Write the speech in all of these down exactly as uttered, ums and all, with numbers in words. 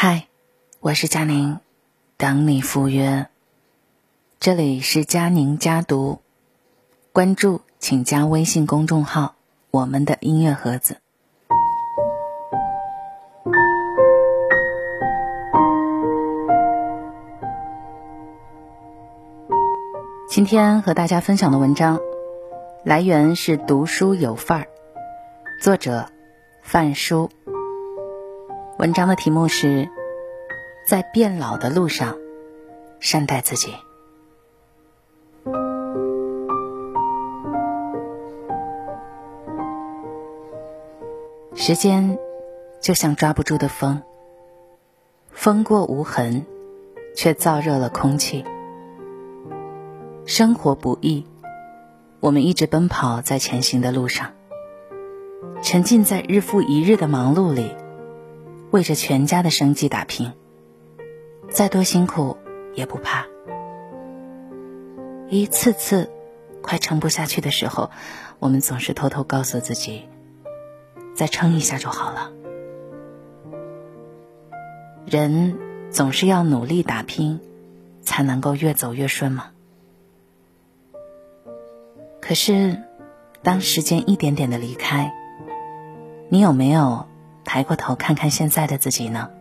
嗨，我是佳宁，等你赴约。这里是佳宁家读，关注请加微信公众号我们的音乐盒子。今天和大家分享的文章来源是读书有范儿，作者范书。文章的题目是在变老的路上善待自己。时间就像抓不住的风，风过无痕，却燥热了空气。生活不易，我们一直奔跑在前行的路上，沉浸在日复一日的忙碌里，为着全家的生计打拼，再多辛苦也不怕。一次次快撑不下去的时候，我们总是偷偷告诉自己，再撑一下就好了。人总是要努力打拼，才能够越走越顺嘛。可是当时间一点点的离开，你有没有抬过头看看现在的自己呢？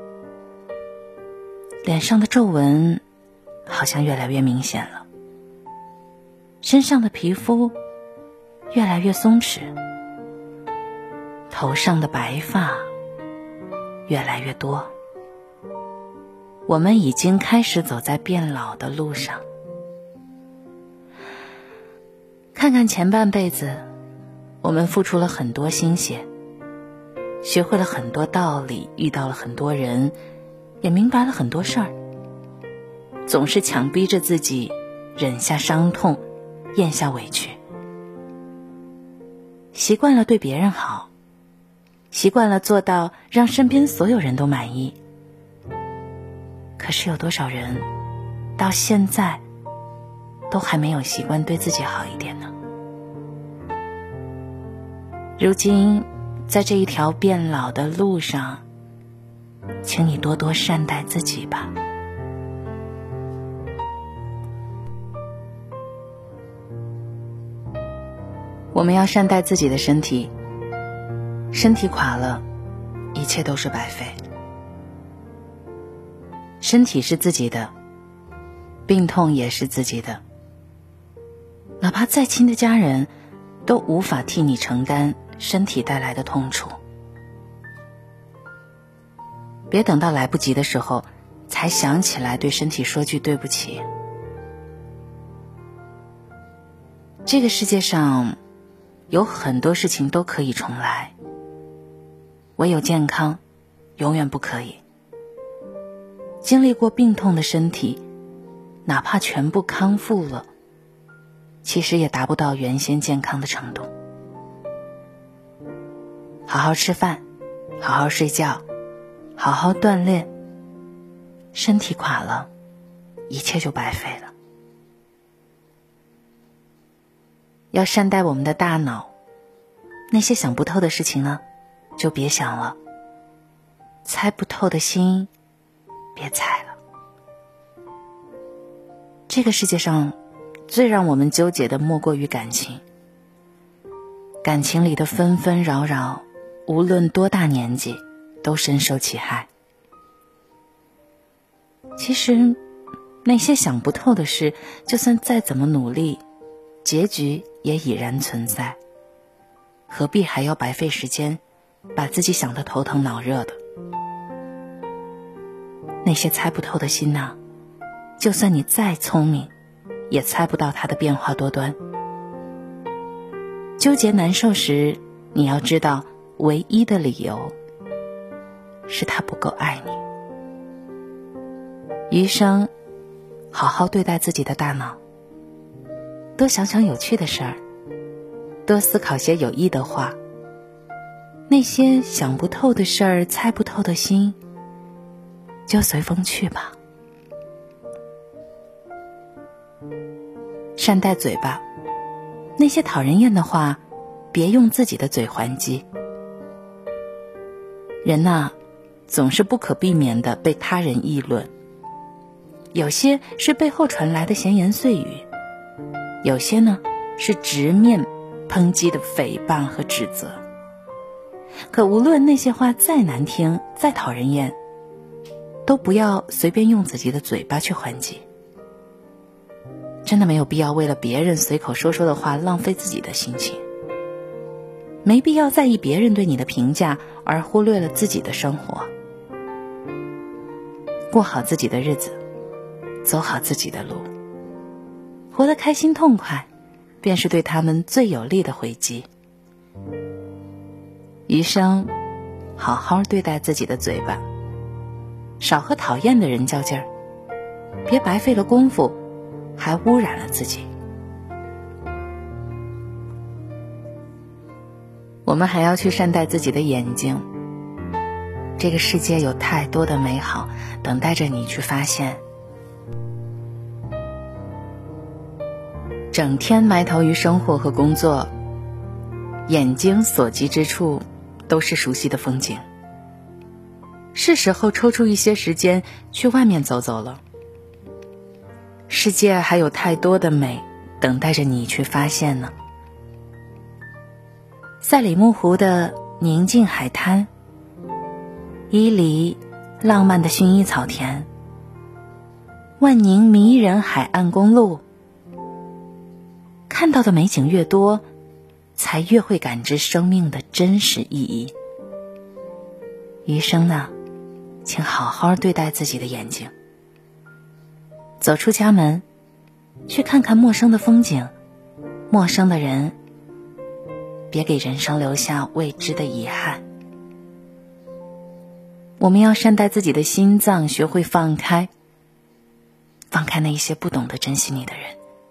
脸上的皱纹好像越来越明显了，身上的皮肤越来越松弛，头上的白发越来越多。我们已经开始走在变老的路上。看看前半辈子，我们付出了很多心血，学会了很多道理，遇到了很多人，也明白了很多事儿，总是强逼着自己忍下伤痛，咽下委屈。习惯了对别人好，习惯了做到让身边所有人都满意。可是有多少人到现在都还没有习惯对自己好一点呢？如今在这一条变老的路上，请你多多善待自己吧。我们要善待自己的身体，身体垮了，一切都是白费。身体是自己的，病痛也是自己的，哪怕再亲的家人都无法替你承担身体带来的痛楚。别等到来不及的时候才想起来对身体说句对不起。这个世界上有很多事情都可以重来，唯有健康永远不可以。经历过病痛的身体，哪怕全部康复了，其实也达不到原先健康的程度。好好吃饭，好好睡觉，好好锻炼，身体垮了，一切就白费了。要善待我们的大脑，那些想不透的事情呢，就别想了。猜不透的心，别猜了。这个世界上最让我们纠结的莫过于感情，感情里的纷纷扰扰，无论多大年纪都深受其害。其实那些想不透的事，就算再怎么努力，结局也已然存在，何必还要白费时间把自己想得头疼脑热的。那些猜不透的心呐，就算你再聪明，也猜不到它的变化多端。纠结难受时，你要知道唯一的理由是他不够爱你。余生好好对待自己的大脑，多想想有趣的事儿，多思考些有益的话。那些想不透的事儿，猜不透的心，就随风去吧。善待嘴巴，那些讨人厌的话，别用自己的嘴还击。人呐， 总是不可避免地被他人议论，有些是背后传来的闲言碎语，有些呢是直面抨击的诽谤和指责。可无论那些话再难听，再讨人厌，都不要随便用自己的嘴巴去还击。真的没有必要为了别人随口说说的话浪费自己的心情，没必要在意别人对你的评价而忽略了自己的生活。过好自己的日子，走好自己的路，活得开心痛快，便是对他们最有力的回击。余生好好对待自己的嘴巴，少和讨厌的人较劲儿，别白费了功夫，还污染了自己。我们还要去善待自己的眼睛，这个世界有太多的美好等待着你去发现。整天埋头于生活和工作，眼睛所及之处都是熟悉的风景，是时候抽出一些时间去外面走走了。世界还有太多的美等待着你去发现呢。赛里木湖的宁静海滩，伊犁浪漫的薰衣草田，万宁迷人海岸公路，看到的美景越多，才越会感知生命的真实意义。余生呢，请好好对待自己的眼睛，走出家门，去看看陌生的风景，陌生的人，别给人生留下未知的遗憾。我们要善待自己的心脏，学会放开，放开那些不懂得珍惜你的人。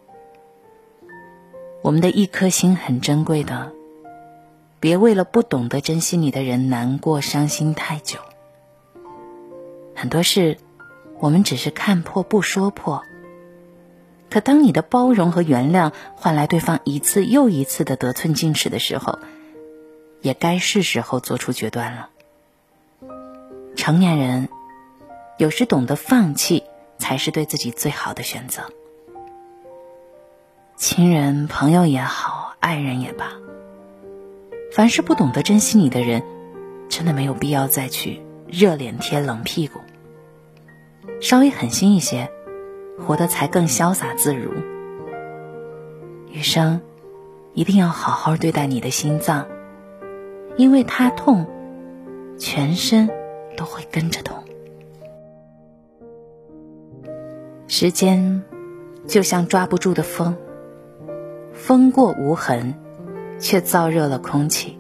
我们的一颗心很珍贵的，别为了不懂得珍惜你的人难过伤心太久。很多事我们只是看破不说破，可当你的包容和原谅换来对方一次又一次的得寸进尺的时候，也该是时候做出决断了。成年人有时懂得放弃才是对自己最好的选择。亲人朋友也好，爱人也罢，凡是不懂得珍惜你的人，真的没有必要再去热脸贴冷屁股，稍微狠心一些，活得才更潇洒自如。余生一定要好好对待你的心脏，因为它痛，全身都会跟着痛。时间就像抓不住的风，风过无痕，却燥热了空气。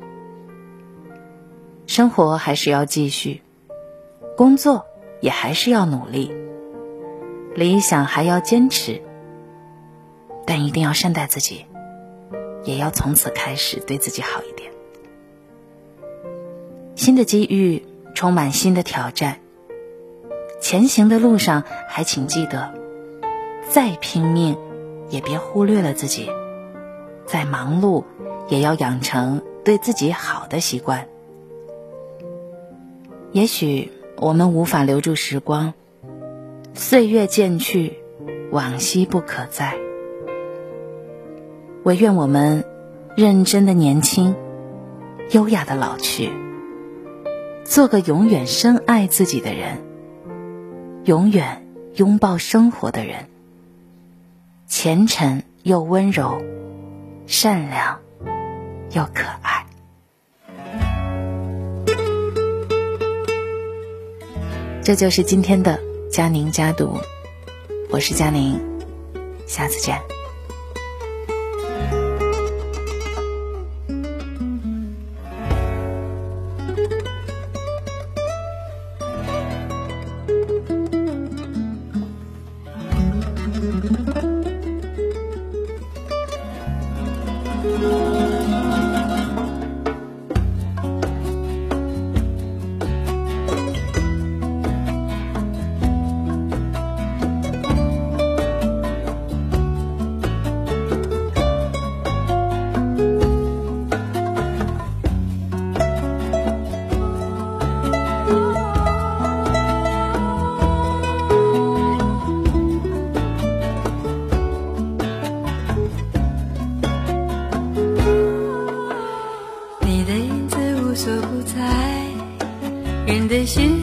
生活还是要继续，工作也还是要努力，理想还要坚持，但一定要善待自己，也要从此开始对自己好一点。新的机遇充满新的挑战，前行的路上还请记得，再拼命也别忽略了自己，再忙碌也要养成对自己好的习惯。也许我们无法留住时光，岁月渐去，往昔不可再，唯愿我们认真的年轻，优雅的老去，做个永远深爱自己的人，永远拥抱生活的人，虔诚又温柔，善良又可爱。这就是今天的佳宁家读，我是佳宁，下次见。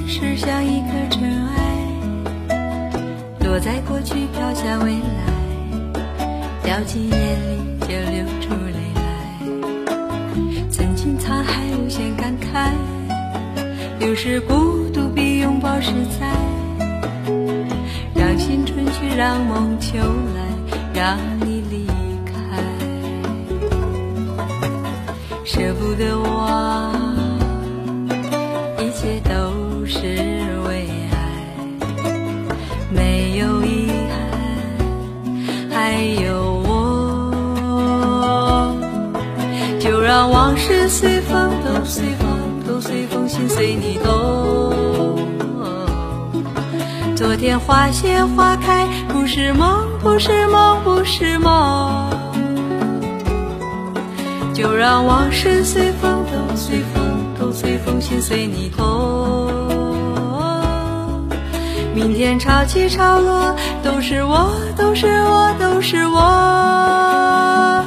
事像一颗尘埃，落在过去飘向未来，掉进眼里就流出泪来。曾经沧海无限感慨，有时孤独比拥抱实在，让青春去，让梦秋来，让你离开。舍不得忘，一切都是为爱，没有遗憾，还有我。就让往事随风，都随风，都随风，心随你动。昨天花谢花开，不是梦，不是梦，不是梦。就让往事随风，都随风，都随风，心随你动。明天潮起潮落，都是我，都是我，都是我。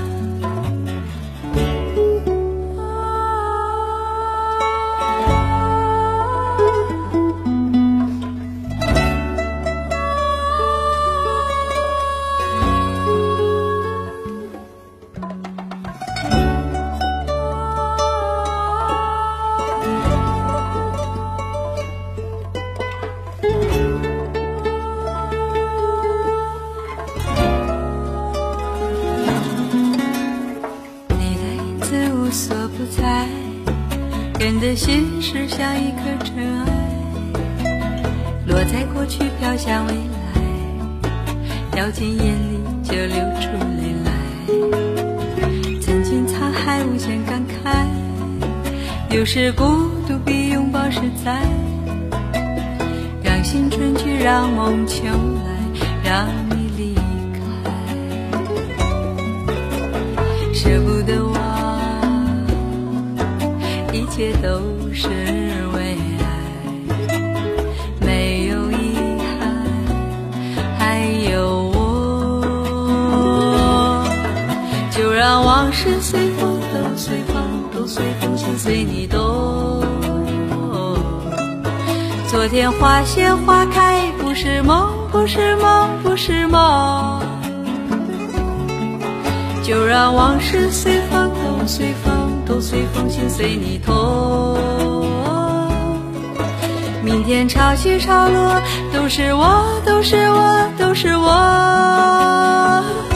无所不在，人的心事像一颗尘埃，落在过去飘向未来，掉进眼里就流出泪来。曾经沧海无限感慨，有时孤独比拥抱实在，让青春去，让梦秋来，让你离开。舍不得忘，一切都是为爱，没有遗憾，还有我。就让往事随风，都随风，都随风，心随你动。昨天花谢花开，不是梦，不是梦，不是梦。就让往事随风，都随风，都随风，心随你动。明天潮起潮落，都是我，都是我，都是我。